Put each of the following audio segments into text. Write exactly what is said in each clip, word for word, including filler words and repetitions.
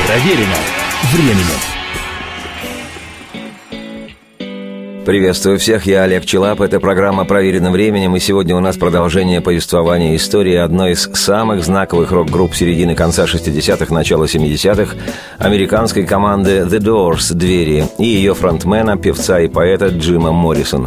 Проверено временем. Приветствую всех, я Олег Челап, это программа «Проверено временем», и сегодня у нас продолжение повествования истории одной из самых знаковых рок-групп середины-конца шестидесятых, начала семидесятых, американской команды The Doors «Двери» и ее фронтмена, певца и поэта Джима Моррисона.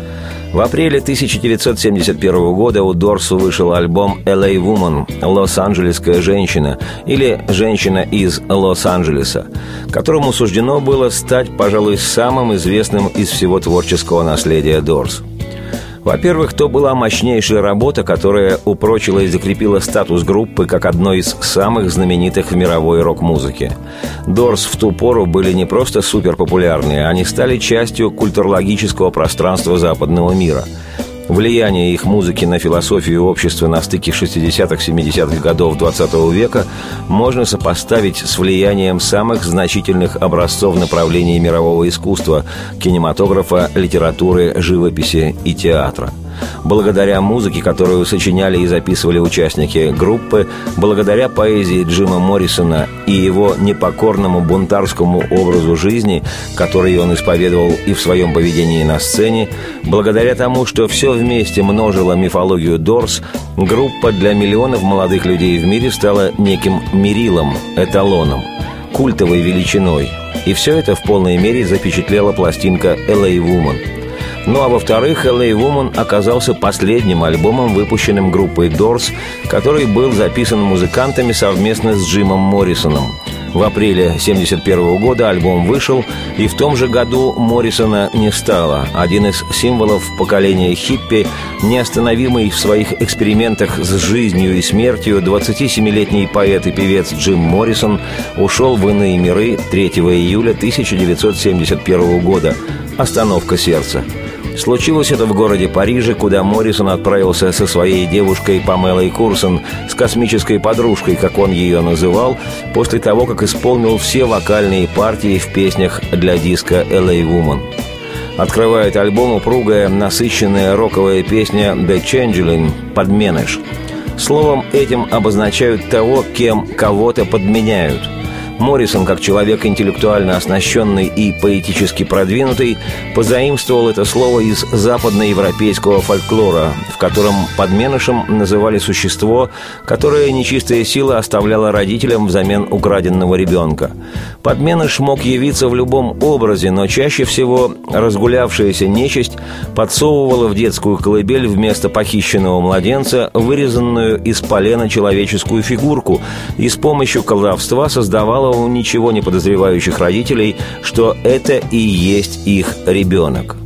В апреле тысяча девятьсот семьдесят первого года у Doors вышел альбом «эл эй Woman» «Лос-Анджелесская женщина» или «Женщина из Лос-Анджелеса», которому суждено было стать, пожалуй, самым известным из всего творческого наследия Doors. Во-первых, то была мощнейшая работа, которая упрочила и закрепила статус группы как одной из самых знаменитых в мировой рок-музыке. Doors в ту пору были не просто суперпопулярны, они стали частью культурологического пространства западного мира. Влияние их музыки на философию общества на стыке шестидесятых-семидесятых годов двадцатого века можно сопоставить с влиянием самых значительных образцов направлений мирового искусства – кинематографа, литературы, живописи и театра. Благодаря музыке, которую сочиняли и записывали участники группы, благодаря поэзии Джима Моррисона и его непокорному бунтарскому образу жизни, который он исповедовал и в своем поведении на сцене, благодаря тому, что все вместе множило мифологию Doors, группа для миллионов молодых людей в мире стала неким мерилом, эталоном, культовой величиной. И все это в полной мере запечатлела пластинка «эл эй Woman». Ну а во-вторых, «эл эй Woman» оказался последним альбомом, выпущенным группой Doors, который был записан музыкантами совместно с Джимом Моррисоном. В апреле семьдесят первого года альбом вышел, и в том же году Моррисона не стало. Один из символов поколения хиппи, неостановимый в своих экспериментах с жизнью и смертью, двадцатисемилетний поэт и певец Джим Моррисон ушел в иные миры третьего июля тысяча девятьсот семьдесят первого года. Остановка сердца. Случилось это в городе Париже, куда Моррисон отправился со своей девушкой Памелой Курсон, с космической подружкой, как он ее называл, после того, как исполнил все вокальные партии в песнях для диска «эл эй Woman». Открывает альбом упругая, насыщенная роковая песня «The Changeling» «Подменыш». Словом этим обозначают того, кем кого-то подменяют. Моррисон, как человек интеллектуально оснащенный и поэтически продвинутый, позаимствовал это слово из западноевропейского фольклора, в котором подменышем называли существо, которое нечистая сила оставляла родителям взамен украденного ребенка. Подменыш мог явиться в любом образе, но чаще всего разгулявшаяся нечисть подсовывала в детскую колыбель вместо похищенного младенца вырезанную из полена человеческую фигурку и с помощью колдовства создавала у ничего не подозревающих родителей, что это и есть их ребенок.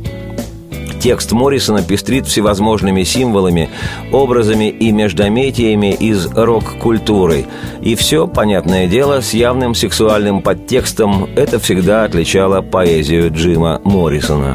Текст Моррисона пестрит всевозможными символами, образами и междометиями из рок-культуры. И все, понятное дело, с явным сексуальным подтекстом. Это всегда отличало поэзию Джима Моррисона.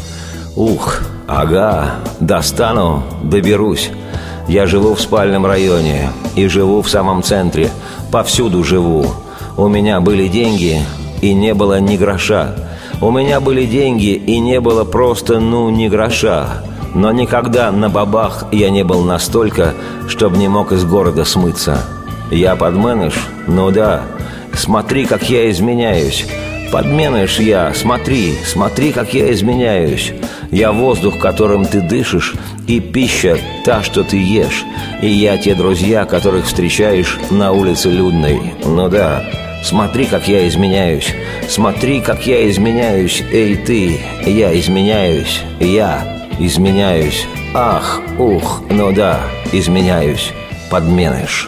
Ух, ага, достану, доберусь. Я живу в спальном районе и живу в самом центре, повсюду живу. У меня были деньги, и не было ни гроша. У меня были деньги, и не было просто, ну, ни гроша. Но никогда на бабах я не был настолько, чтобы не мог из города смыться. Я подменыш? Ну да. Смотри, как я изменяюсь. Подменыш я, смотри, смотри, как я изменяюсь. Я воздух, которым ты дышишь, и пища та, что ты ешь. И я те друзья, которых встречаешь на улице людной. Ну да. Смотри, как я изменяюсь. Смотри, как я изменяюсь. Эй, ты, я изменяюсь. Я изменяюсь. Ах, ух, ну да, изменяюсь. Подменыш.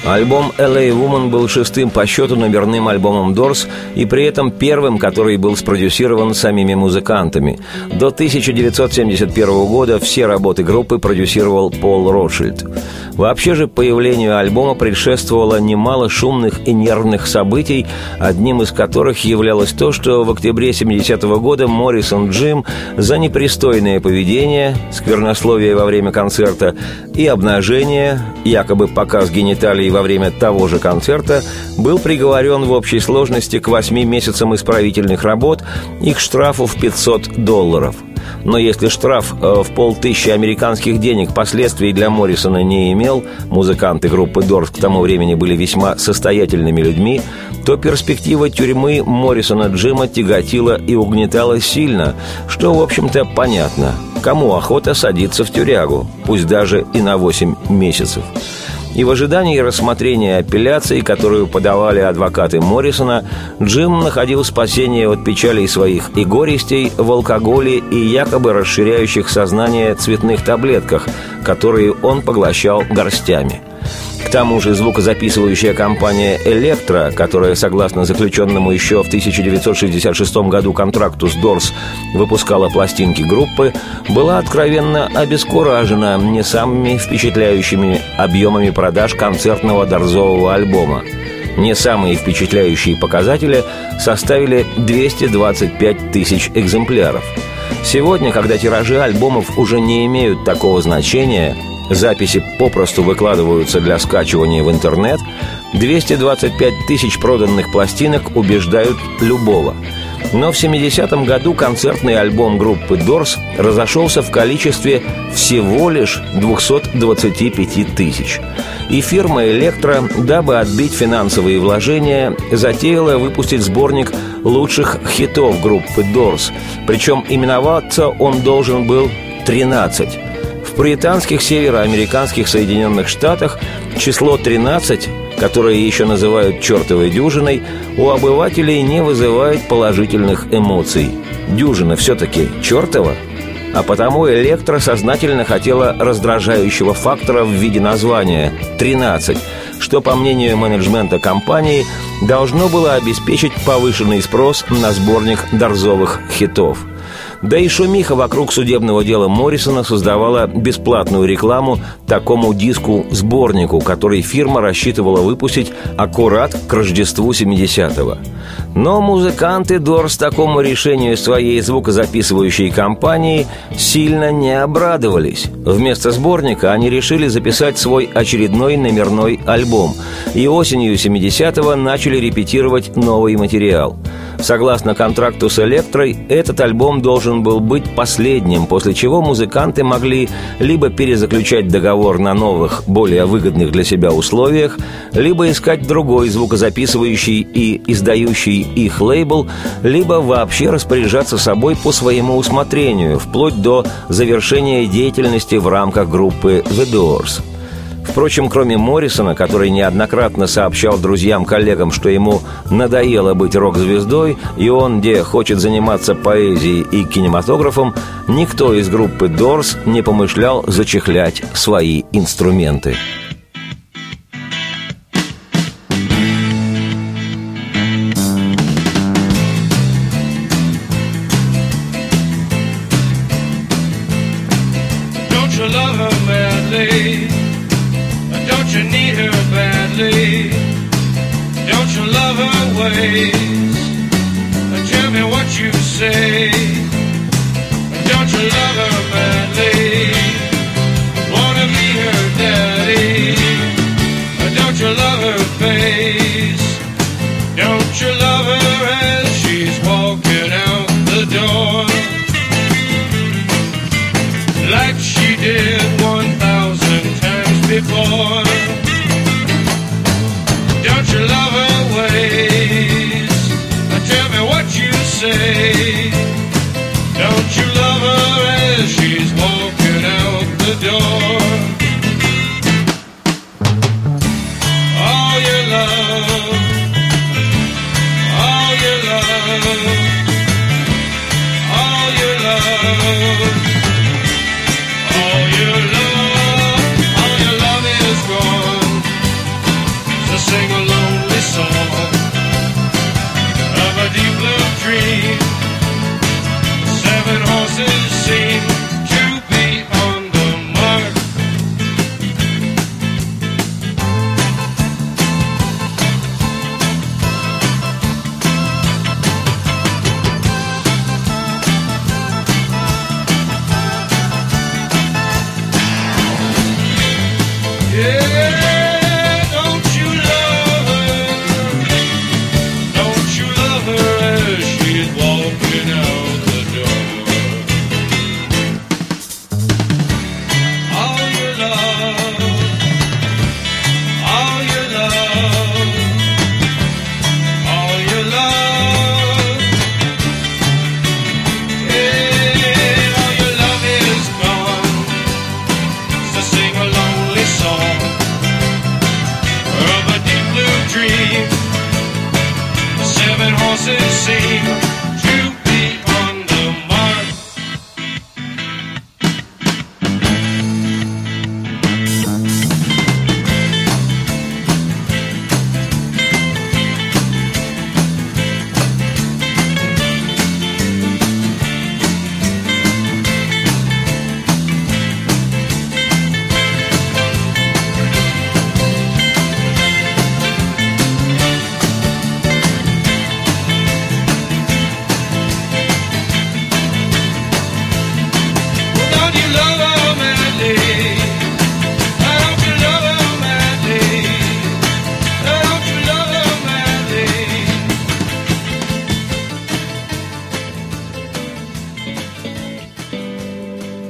Альбом «эл эй Woman» был шестым по счету номерным альбомом Doors и при этом первым, который был спродюсирован самими музыкантами. До тысяча девятьсот семьдесят первого года все работы группы продюсировал Пол Ротшильд. Вообще же появлению альбома предшествовало немало шумных и нервных событий, одним из которых являлось то, что в октябре семидесятого года Моррисон Джим за непристойное поведение, сквернословие во время концерта и обнажение, якобы показ гениталий во время того же концерта, был приговорен в общей сложности к восьми месяцам исправительных работ и к штрафу в пятьсот долларов. Но если штраф э, в полтысячи американских денег последствий для Моррисона не имел, музыканты группы Doors к тому времени были весьма состоятельными людьми, то перспектива тюрьмы Моррисона Джима тяготила и угнетала сильно, что, в общем-то, понятно. Кому охота садиться в тюрягу, пусть даже и на восемь месяцев. И в ожидании рассмотрения апелляции, которую подавали адвокаты Моррисона, Джим находил спасение от печалей своих и горестей в алкоголе и якобы расширяющих сознание цветных таблетках, которые он поглощал горстями. К тому же звукозаписывающая компания «Электро», которая, согласно заключенному еще в тысяча девятьсот шестьдесят шестом году контракту с Doors, выпускала пластинки группы, была откровенно обескуражена не самыми впечатляющими объемами продаж концертного дорзового альбома. Не самые впечатляющие показатели составили двести двадцать пять тысяч экземпляров. Сегодня, когда тиражи альбомов уже не имеют такого значения, записи попросту выкладываются для скачивания в интернет, двести двадцать пять тысяч проданных пластинок убеждают любого. Но в семидесятом году концертный альбом группы Doors разошелся в количестве всего лишь двести двадцать пять тысяч. И фирма «Электро», дабы отбить финансовые вложения, затеяла выпустить сборник лучших хитов группы Doors. Причем именоваться он должен был «тринадцать». В британских североамериканских Соединенных Штатах число тринадцать, которое еще называют «чертовой дюжиной», у обывателей не вызывает положительных эмоций. Дюжина все-таки чертова. А потому «Электро» сознательно хотела раздражающего фактора в виде названия «тринадцать», что, по мнению менеджмента компании, должно было обеспечить повышенный спрос на сборник дорзовых хитов. Да и шумиха вокруг судебного дела Моррисона создавала бесплатную рекламу такому диску-сборнику, который фирма рассчитывала выпустить аккурат к Рождеству семидесятого. Но музыканты Doors такому решению своей звукозаписывающей компании сильно не обрадовались. Вместо сборника они решили записать свой очередной номерной альбом и осенью семидесятого начали репетировать новый материал. Согласно контракту с «Электрой», этот альбом должен был быть последним, после чего музыканты могли либо перезаключать договор на новых, более выгодных для себя условиях, либо искать другой звукозаписывающий и издающий их лейбл, либо вообще распоряжаться собой по своему усмотрению, вплоть до завершения деятельности в рамках группы The Doors. Впрочем, кроме Моррисона, который неоднократно сообщал друзьям-коллегам, что ему надоело быть рок-звездой, и он, где хочет заниматься поэзией и кинематографом, никто из группы Doors не помышлял зачехлять свои инструменты. Don't you need her badly? Don't you love her ways? Tell me what you say. Don't you love her badly? Wanna be her daddy? Don't you love her face? Don't you love her as she's walking out the door? Like she did one thousand times before. Don't you love her ways? Tell me what you say. Don't you love her as she's walking out the door? All your love, all your love, all your love, all your love, all your love is gone.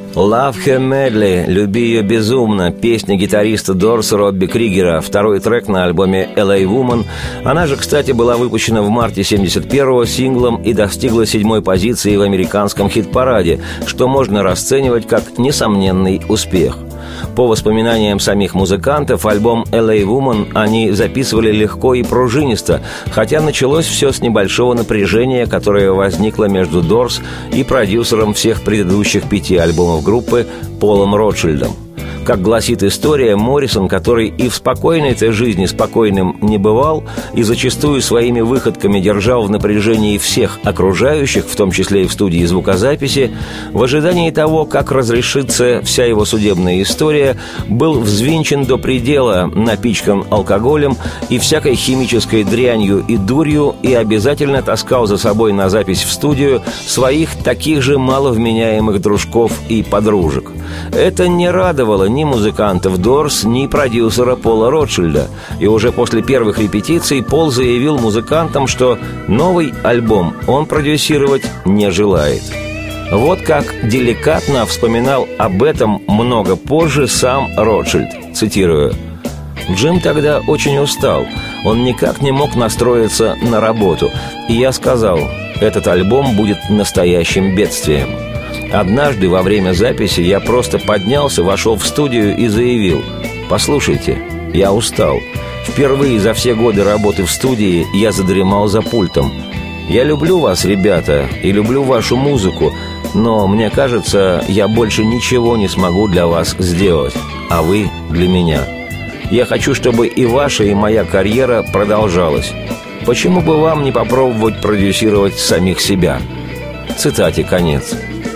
«Love Her Madly» — «Люби ее безумно», песня гитариста Doors Робби Кригера, второй трек на альбоме эл эй Woman. Она же, кстати, была выпущена в марте семьдесят первого синглом и достигла седьмой позиции в американском хит-параде, что можно расценивать как несомненный успех. По воспоминаниям самих музыкантов, альбом эл эй Woman они записывали легко и пружинисто, хотя началось все с небольшого напряжения, которое возникло между Doors и продюсером всех предыдущих пяти альбомов группы Полом Ротшильдом. Как гласит история, Моррисон, который и в спокойной-то жизни спокойным не бывал и зачастую своими выходками держал в напряжении всех окружающих, в том числе и в студии звукозаписи, в ожидании того, как разрешится вся его судебная история, был взвинчен до предела, напичкан алкоголем и всякой химической дрянью и дурью и обязательно таскал за собой на запись в студию своих таких же маловменяемых дружков и подружек. Это не радовало ни музыкантов Doors, ни продюсера Пола Ротшильда. И уже после первых репетиций Пол заявил музыкантам, что новый альбом он продюсировать не желает. Вот как деликатно вспоминал об этом много позже сам Ротшильд. Цитирую: «Джим тогда очень устал. Он никак не мог настроиться на работу. И я сказал, этот альбом будет настоящим бедствием. Однажды во время записи я просто поднялся, вошел в студию и заявил: «Послушайте, я устал. Впервые за все годы работы в студии я задремал за пультом. Я люблю вас, ребята, и люблю вашу музыку, но мне кажется, я больше ничего не смогу для вас сделать, а вы для меня. Я хочу, чтобы и ваша, и моя карьера продолжалась. Почему бы вам не попробовать продюсировать самих себя?» Цитате конец.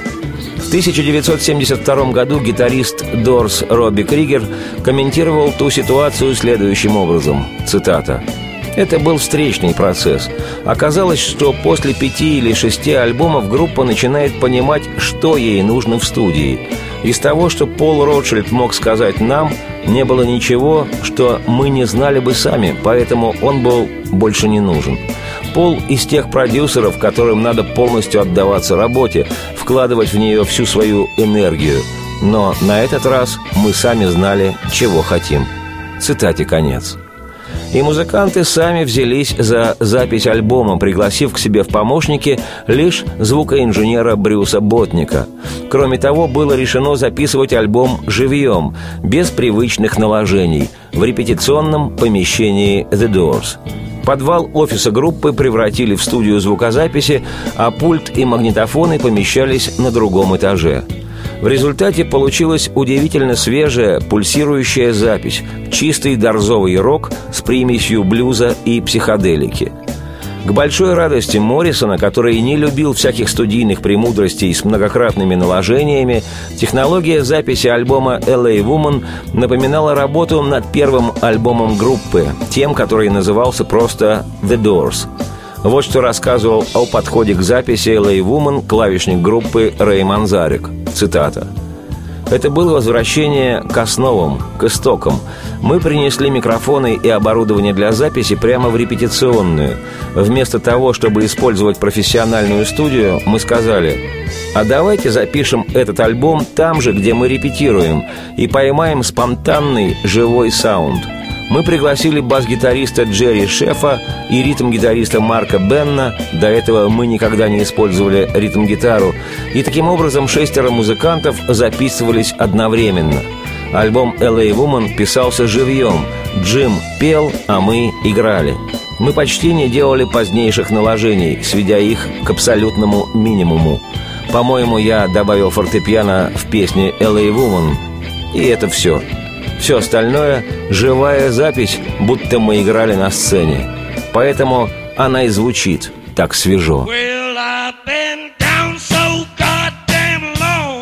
В тысяча девятьсот семьдесят втором году гитарист Doors Робби Кригер комментировал ту ситуацию следующим образом. Цитата: «Это был встречный процесс. Оказалось, что после пяти или шести альбомов группа начинает понимать, что ей нужно в студии. Из того, что Пол Ротшильд мог сказать нам, не было ничего, что мы не знали бы сами, поэтому он был больше не нужен. Пол из тех продюсеров, которым надо полностью отдаваться работе, вкладывать в нее всю свою энергию. Но на этот раз мы сами знали, чего хотим». Цитате конец. И музыканты сами взялись за запись альбома, пригласив к себе в помощники лишь звукоинженера Брюса Ботника. Кроме того, было решено записывать альбом живьем, без привычных наложений, в репетиционном помещении The Doors. Подвал офиса группы превратили в студию звукозаписи, а пульт и магнитофоны помещались на другом этаже. В результате получилась удивительно свежая, пульсирующая запись, чистый дорзовый рок с примесью блюза и психоделики. К большой радости Моррисона, который не любил всяких студийных премудростей с многократными наложениями, технология записи альбома эл эй Woman напоминала работу над первым альбомом группы, тем, который назывался просто «The Doors». Вот что рассказывал о подходе к записи эл эй Woman клавишник группы Рэй Манзарек. Цитата: «Это было возвращение к основам, к истокам. Мы принесли микрофоны и оборудование для записи прямо в репетиционную. Вместо того, чтобы использовать профессиональную студию, мы сказали: а давайте запишем этот альбом там же, где мы репетируем, и поймаем спонтанный живой саунд. Мы пригласили бас-гитариста Джерри Шефа и ритм-гитариста Марка Бенна. До этого мы никогда не использовали ритм-гитару. И таким образом шестеро музыкантов записывались одновременно. Альбом эл эй Woman писался живьем. Джим пел, а мы играли. Мы почти не делали позднейших наложений, сведя их к абсолютному минимуму. По-моему, я добавил фортепиано в песне эл эй Woman. И это все. Все остальное – живая запись, будто мы играли на сцене. Поэтому она и звучит так свежо». Well, I've been down so goddamn long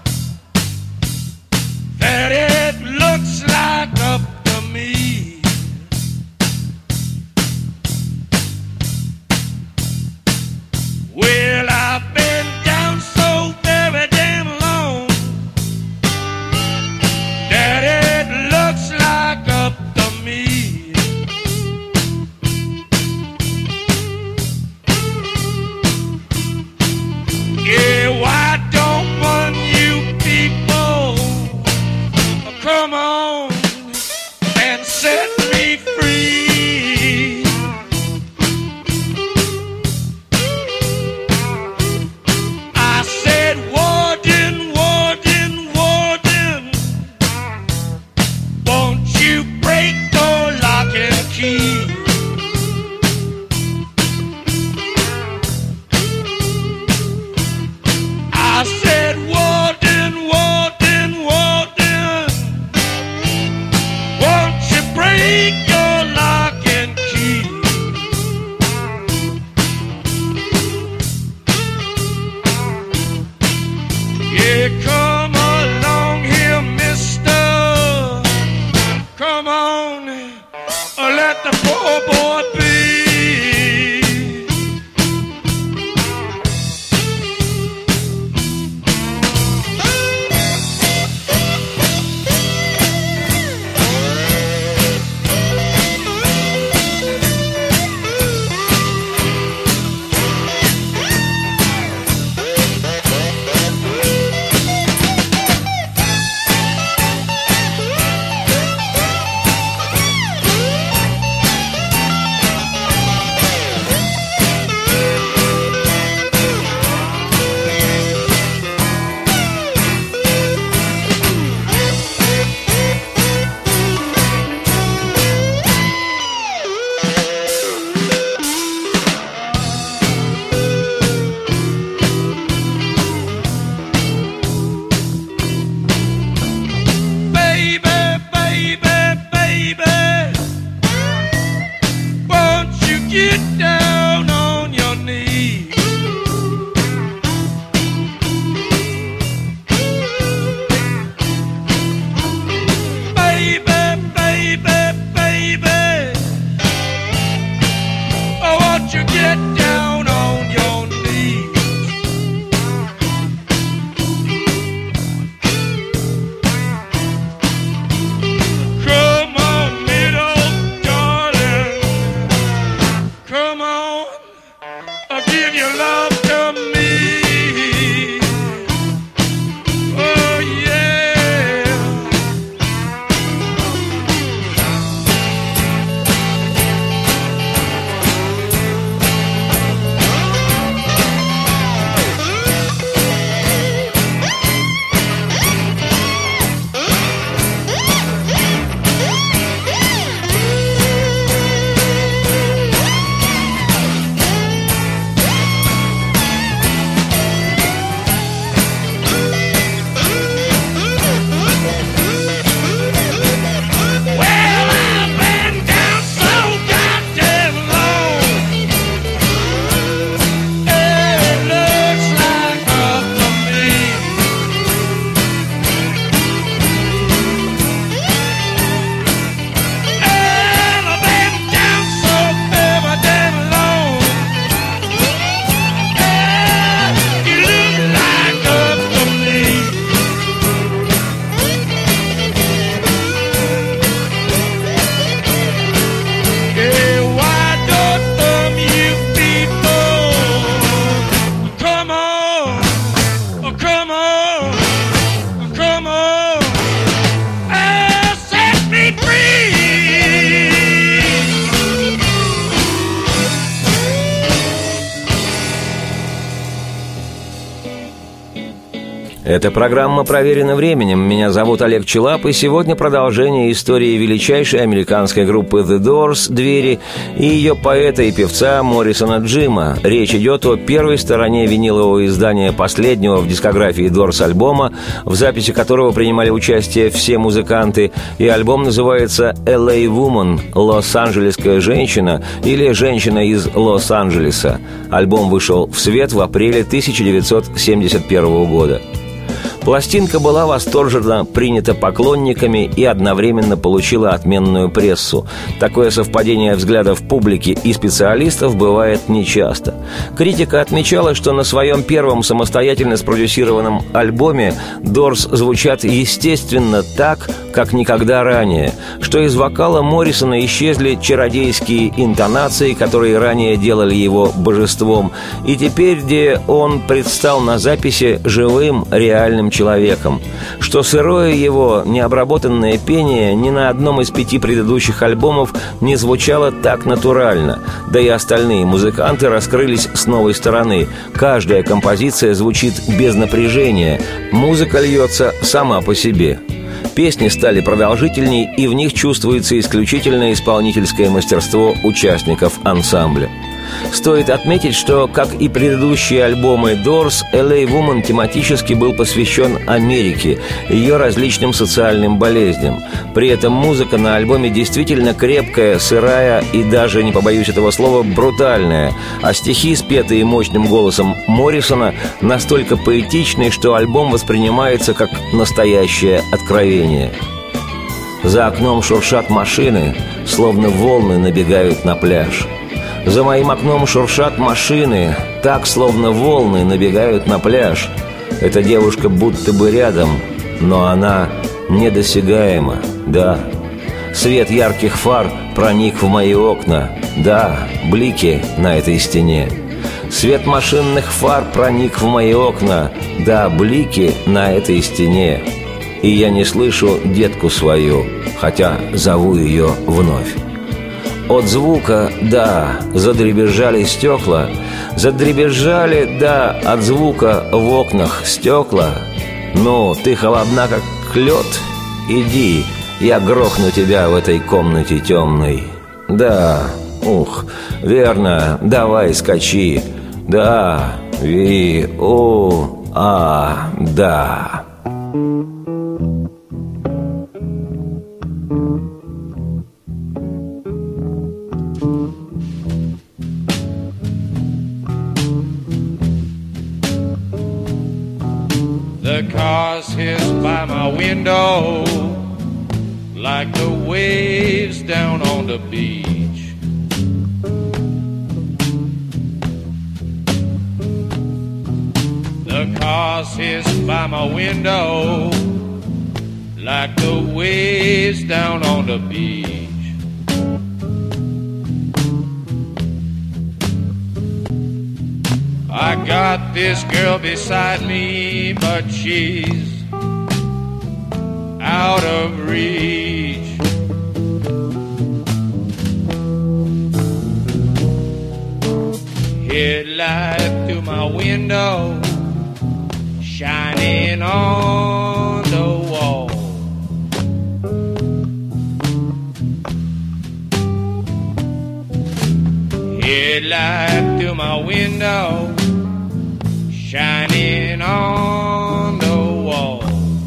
that it looks like up to me. Well, I've been down so very damn long that it looks like up to me. Это программа «Проверено временем». Меня зовут Олег Челап, и сегодня продолжение истории величайшей американской группы The Doors «Двери» и ее поэта и певца Моррисона Джима. Речь идет о первой стороне винилового издания последнего в дискографии Doors альбома, в записи которого принимали участие все музыканты, и альбом называется «эл эй Woman» – «Лос-Анджелесская женщина» или «Женщина из Лос-Анджелеса». Альбом вышел в свет в апреле тысяча девятьсот семьдесят первого года. Пластинка была восторженно принята поклонниками и одновременно получила отменную прессу. Такое совпадение взглядов публики и специалистов бывает нечасто. Критика отмечала, что на своем первом самостоятельно спродюсированном альбоме Doors звучат естественно так, как никогда ранее, что из вокала Моррисона исчезли чародейские интонации, которые ранее делали его божеством, и теперь, где он предстал на записи живым, реальным человеком, что сырое его необработанное пение ни на одном из пяти предыдущих альбомов не звучало так натурально, да и остальные музыканты раскрылись с новой стороны. Каждая композиция звучит без напряжения, музыка льется сама по себе. Песни стали продолжительней, и в них чувствуется исключительное исполнительское мастерство участников ансамбля. Стоит отметить, что, как и предыдущие альбомы Doors, «эл эй Woman» тематически был посвящен Америке, ее различным социальным болезням. При этом музыка на альбоме действительно крепкая, сырая и даже, не побоюсь этого слова, брутальная, а стихи, спетые мощным голосом Моррисона, настолько поэтичны, что альбом воспринимается как настоящее откровение. За окном шуршат машины, словно волны набегают на пляж. За моим окном шуршат машины, так, словно волны набегают на пляж. Эта девушка будто бы рядом, но она недосягаема, да. Свет ярких фар проник в мои окна, да, блики на этой стене. Свет машинных фар проник в мои окна, да, блики на этой стене. И я не слышу детку свою, хотя зову ее вновь. От звука, да, задребезжали стекла, задребезжали, да, от звука в окнах стекла. Ну, ты холодна, как лед, иди, я грохну тебя в этой комнате темной. Да, ух, верно, давай скачи, да, ви, о, а, да. The cars hiss by my window like the waves down on the beach. The cars hiss by my window like the waves down on the beach. I got this girl beside me, but she's out of reach. Headlight through my window, shining on the wall. Headlight through my window, shining on the wall.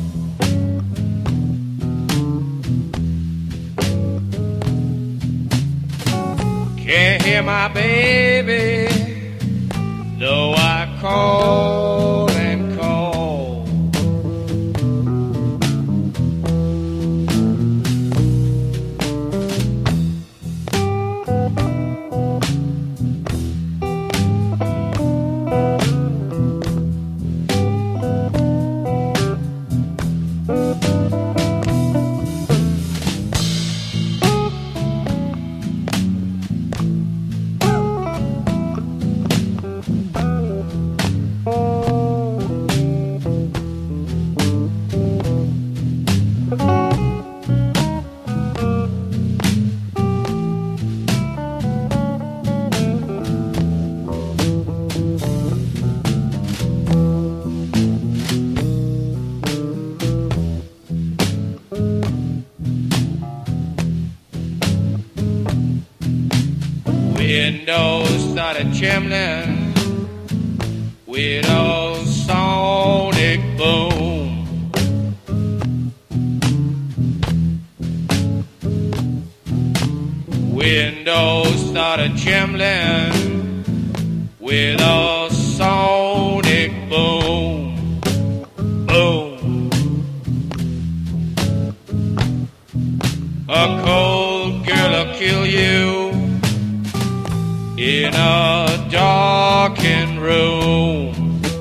Can't hear my baby, though I call and call. chimney with a sonic boom. Windows started trembling with a sonic boom, boom. A cold girl'll kill you in a darkened room.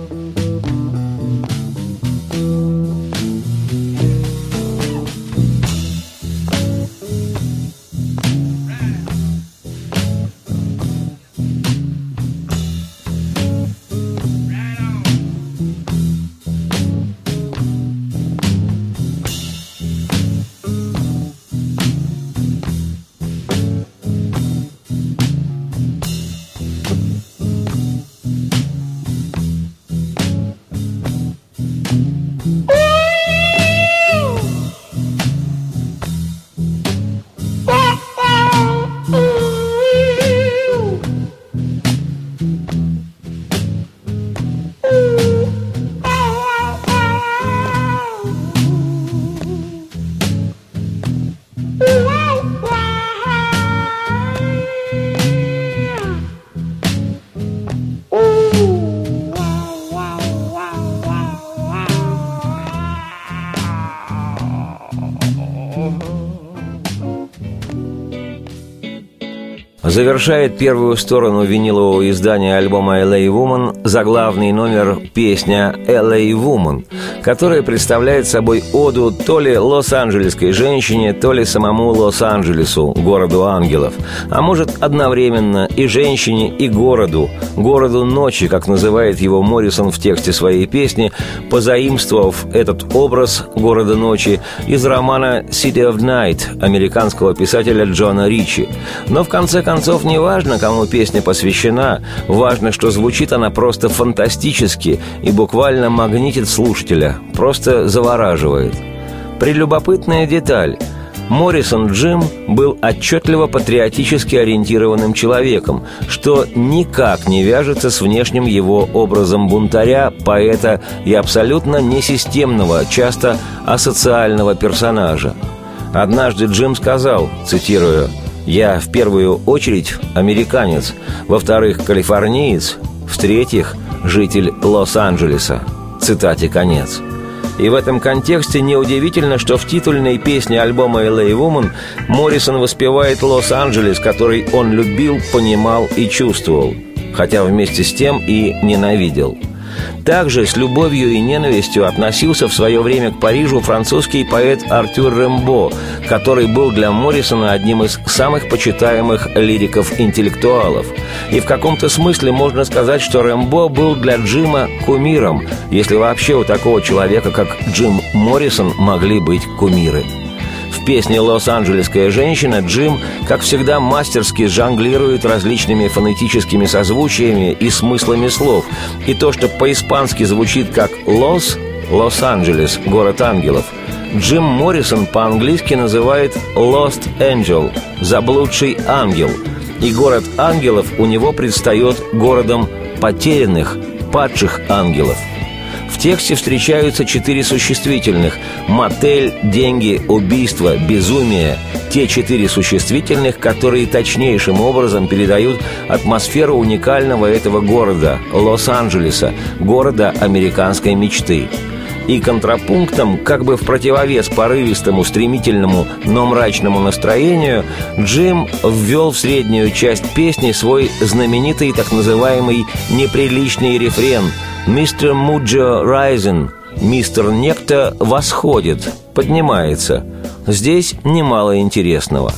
Завершает первую сторону винилового издания альбома «эл эй Woman» заглавный номер «Песня «эл эй Woman», которая представляет собой оду то ли лос-анджелесской женщине, то ли самому Лос-Анджелесу, городу ангелов, а может одновременно и женщине, и городу, городу ночи, как называет его Моррисон в тексте своей песни, позаимствовав этот образ города ночи из романа «City of Night» американского писателя Джона Ричи. Но в конце концов концов, не важно, кому песня посвящена, важно, что звучит она просто фантастически и буквально магнитит слушателя, просто завораживает. Прелюбопытная деталь. Моррисон Джим был отчетливо патриотически ориентированным человеком, что никак не вяжется с внешним его образом бунтаря, поэта и абсолютно несистемного, часто асоциального персонажа. Однажды Джим сказал, цитирую: «Я в первую очередь американец, во-вторых, калифорниец, в-третьих, житель Лос-Анджелеса». Цитате конец. И в этом контексте неудивительно, что в титульной песне альбома «эл эй Woman» Моррисон воспевает Лос-Анджелес, который он любил, понимал и чувствовал, хотя вместе с тем и ненавидел. Также с любовью и ненавистью относился в свое время к Парижу французский поэт Артюр Рембо, который был для Моррисона одним из самых почитаемых лириков-интеллектуалов. И в каком-то смысле можно сказать, что Рембо был для Джима кумиром, если вообще у такого человека, как Джим Моррисон, могли быть кумиры. В песне «Лос-Анджелесская женщина» Джим, как всегда, мастерски жонглирует различными фонетическими созвучиями и смыслами слов. И то, что по-испански звучит как «Лос» — «Лос-Анджелес», город ангелов, Джим Моррисон по-английски называет «Lost Angel» — «заблудший ангел». И город ангелов у него предстает городом потерянных, падших ангелов. В тексте встречаются четыре существительных: мотель, деньги, убийство, безумие. Те четыре существительных, которые точнейшим образом передают атмосферу уникального этого города, Лос-Анджелеса, города американской мечты. И контрапунктом, как бы в противовес порывистому, стремительному, но мрачному настроению, Джим ввел в среднюю часть песни свой знаменитый так называемый неприличный рефрен «Мистер Муджо Райзен», «Мистер Некто восходит», поднимается. Здесь немало интересного.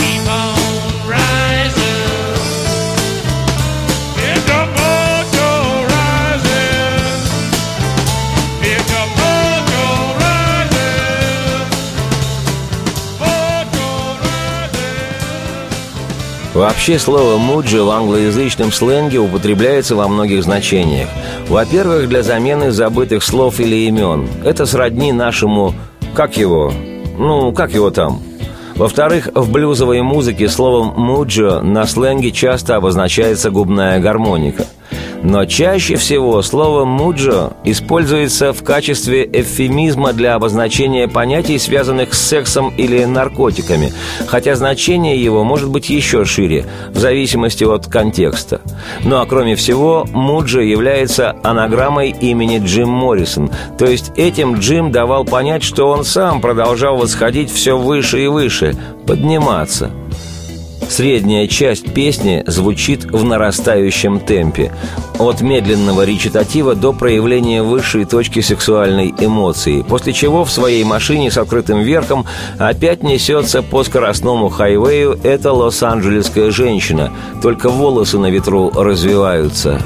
Keep on rising. It's the mojo Вообще, слово «муджо» в англоязычном сленге употребляется во многих значениях. Во-первых, для замены забытых слов или имен. Это сродни нашему «как его?», ну, как его там? Во-вторых, в блюзовой музыке словом «муджо» на сленге часто обозначается губная гармоника. Но чаще всего слово «муджо» используется в качестве эвфемизма для обозначения понятий, связанных с сексом или наркотиками, хотя значение его может быть еще шире, в зависимости от контекста. Ну а кроме всего, «муджо» является анаграммой имени Джим Моррисон, то есть этим Джим давал понять, что он сам продолжал восходить все выше и выше, подниматься. Средняя часть песни звучит в нарастающем темпе, от медленного речитатива до проявления высшей точки сексуальной эмоции, после чего в своей машине с открытым верхом опять несется по скоростному хайвею эта лос-анджелесская женщина, только волосы на ветру развиваются.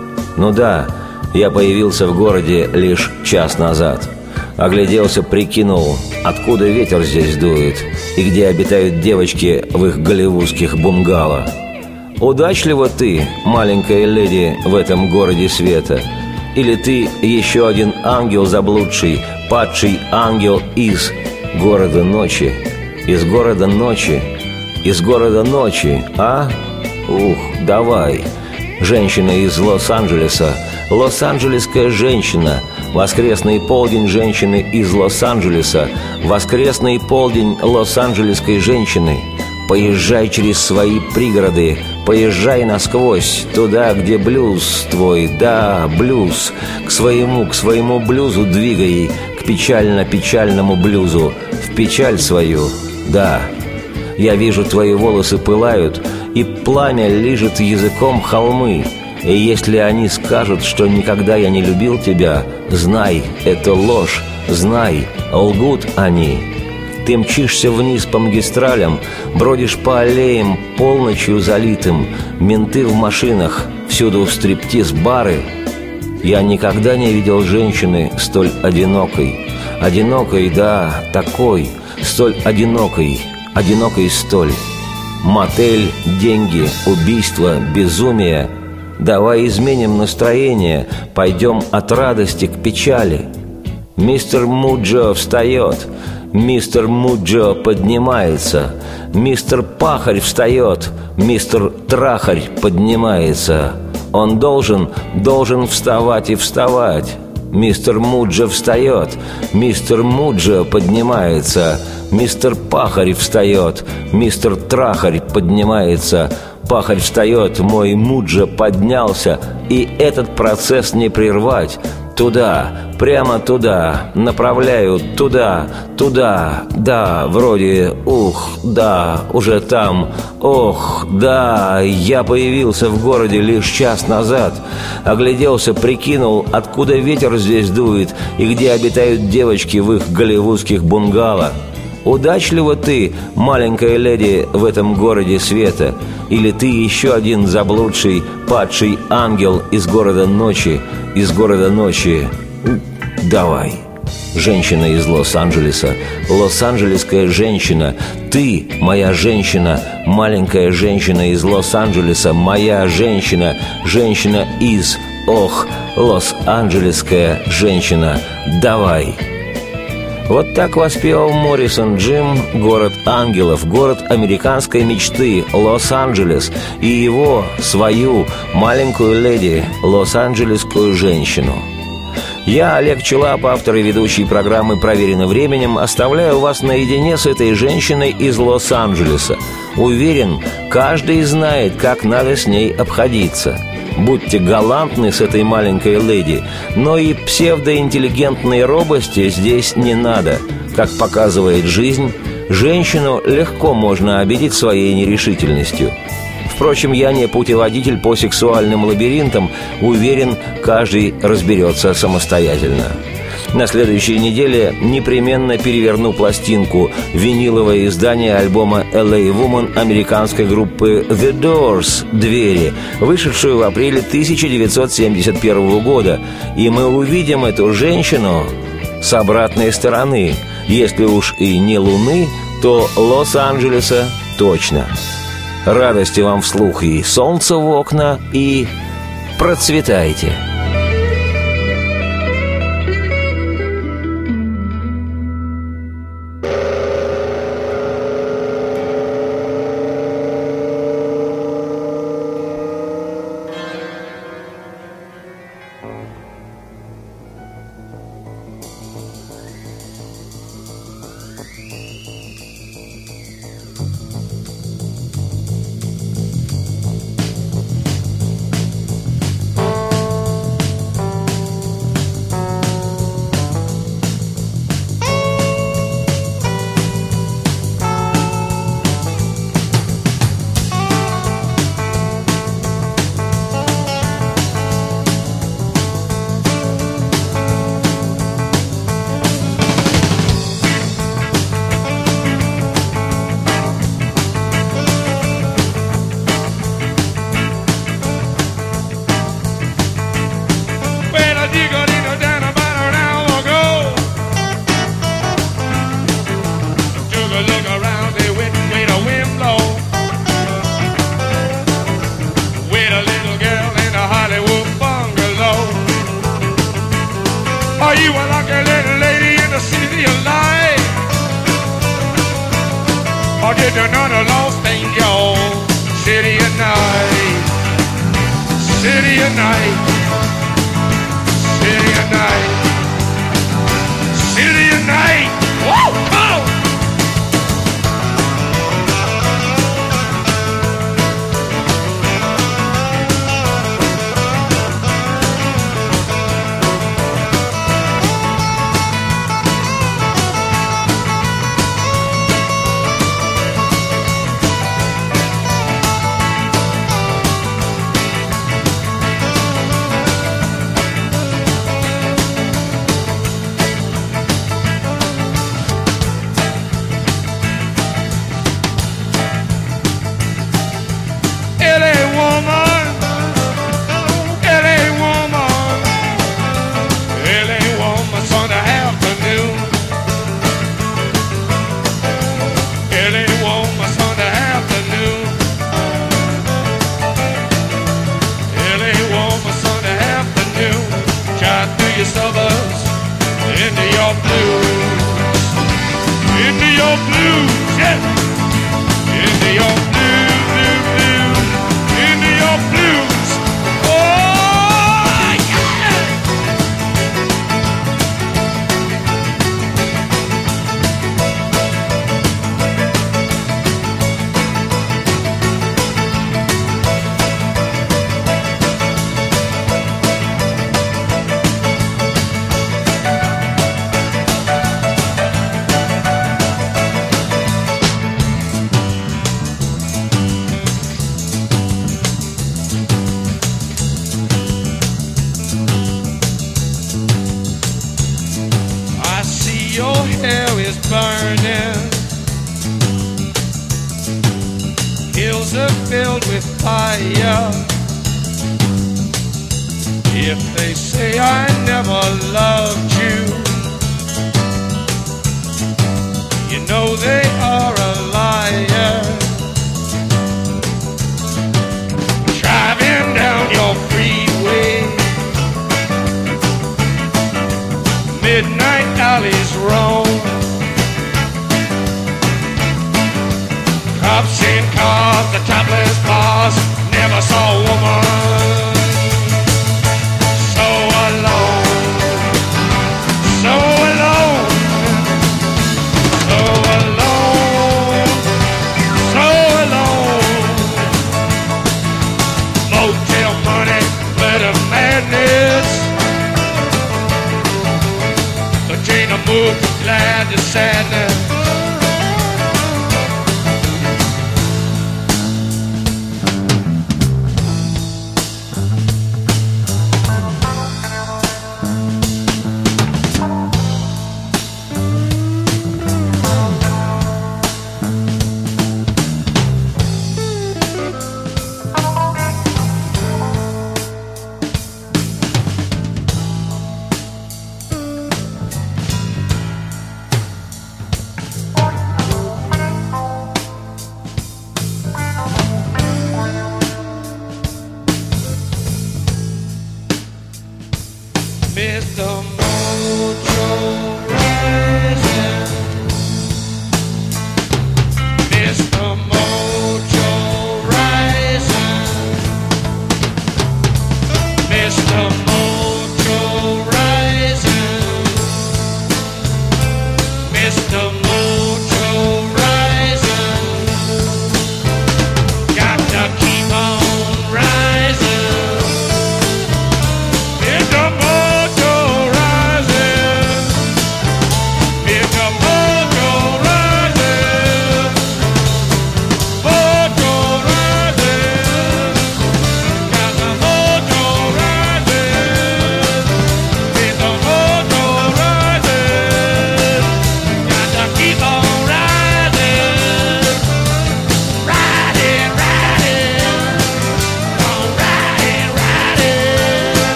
Ну да, я появился в городе лишь час назад. Огляделся, прикинул, откуда ветер здесь дует и где обитают девочки в их голливудских бунгало. Удачлива ты, маленькая леди, в этом городе света? Или ты еще один ангел заблудший, падший ангел из города ночи? Из города ночи? Из города ночи, а? Ух, давай. Женщина из Лос-Анджелеса, лос-анджелесская женщина, воскресный полдень женщины из Лос-Анджелеса, воскресный полдень лос-анджелесской женщины. Поезжай через свои пригороды, поезжай насквозь, туда, где блюз твой, да, блюз. К своему, к своему блюзу двигай, к печально-печальному блюзу, в печаль свою, да. Я вижу, твои волосы пылают, и пламя лижет языком холмы. И если они скажут, что никогда я не любил тебя, знай, это ложь, знай, лгут они. Ты мчишься вниз по магистралям, бродишь по аллеям полночью залитым, менты в машинах, всюду стриптиз-бары. Я никогда не видел женщины столь одинокой. Одинокой, да, такой, столь одинокой, одинокой столь. Мотель, деньги, убийство, безумие. Давай изменим настроение, пойдем от радости к печали. Мистер Муджо встает, мистер Муджо поднимается, мистер Пахарь встает, мистер Трахарь поднимается. Он должен, должен вставать и вставать. Мистер Муджо встает, мистер Муджо поднимается, мистер Пахарь встает, мистер Трахарь поднимается. Пахарь встает, мой Муджо поднялся, и этот процесс не прервать. Туда, прямо туда, направляю туда, туда, да, вроде, ух, да, уже там, ох, да, я появился в городе лишь час назад. Огляделся, прикинул, откуда ветер здесь дует и где обитают девочки в их голливудских бунгало. Удачлива ты, маленькая леди, в этом городе света? Или ты еще один заблудший, падший ангел из города ночи, из города ночи? Давай. Женщина из Лос-Анджелеса, лос-анджелесская женщина. Ты, моя женщина, маленькая женщина из Лос-Анджелеса, моя женщина, женщина из, ох, лос-анджелесская женщина. Давай. Вот так воспевал Моррисон Джим город ангелов, город американской мечты, Лос-Анджелес, и его, свою, маленькую леди, лос-анджелесскую женщину. Я, Олег Челап, автор и ведущий программы «Проверено временем», оставляю вас наедине с этой женщиной из Лос-Анджелеса. Уверен, каждый знает, как надо с ней обходиться. Будьте галантны с этой маленькой леди, но и псевдоинтеллигентной робости здесь не надо. Как показывает жизнь, женщину легко можно обидеть своей нерешительностью. Впрочем, я не путеводитель по сексуальным лабиринтам, уверен, каждый разберется самостоятельно. На следующей неделе непременно переверну пластинку, виниловое издание альбома эл эй Woman американской группы The Doors «Двери», вышедшую в апреле тысяча девятьсот семьдесят первого года. И мы увидим эту женщину с обратной стороны. Если уж и не Луны, то Лос-Анджелеса точно. Радости вам вслух и солнца в окна, и процветайте!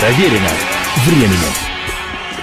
Проверено временем.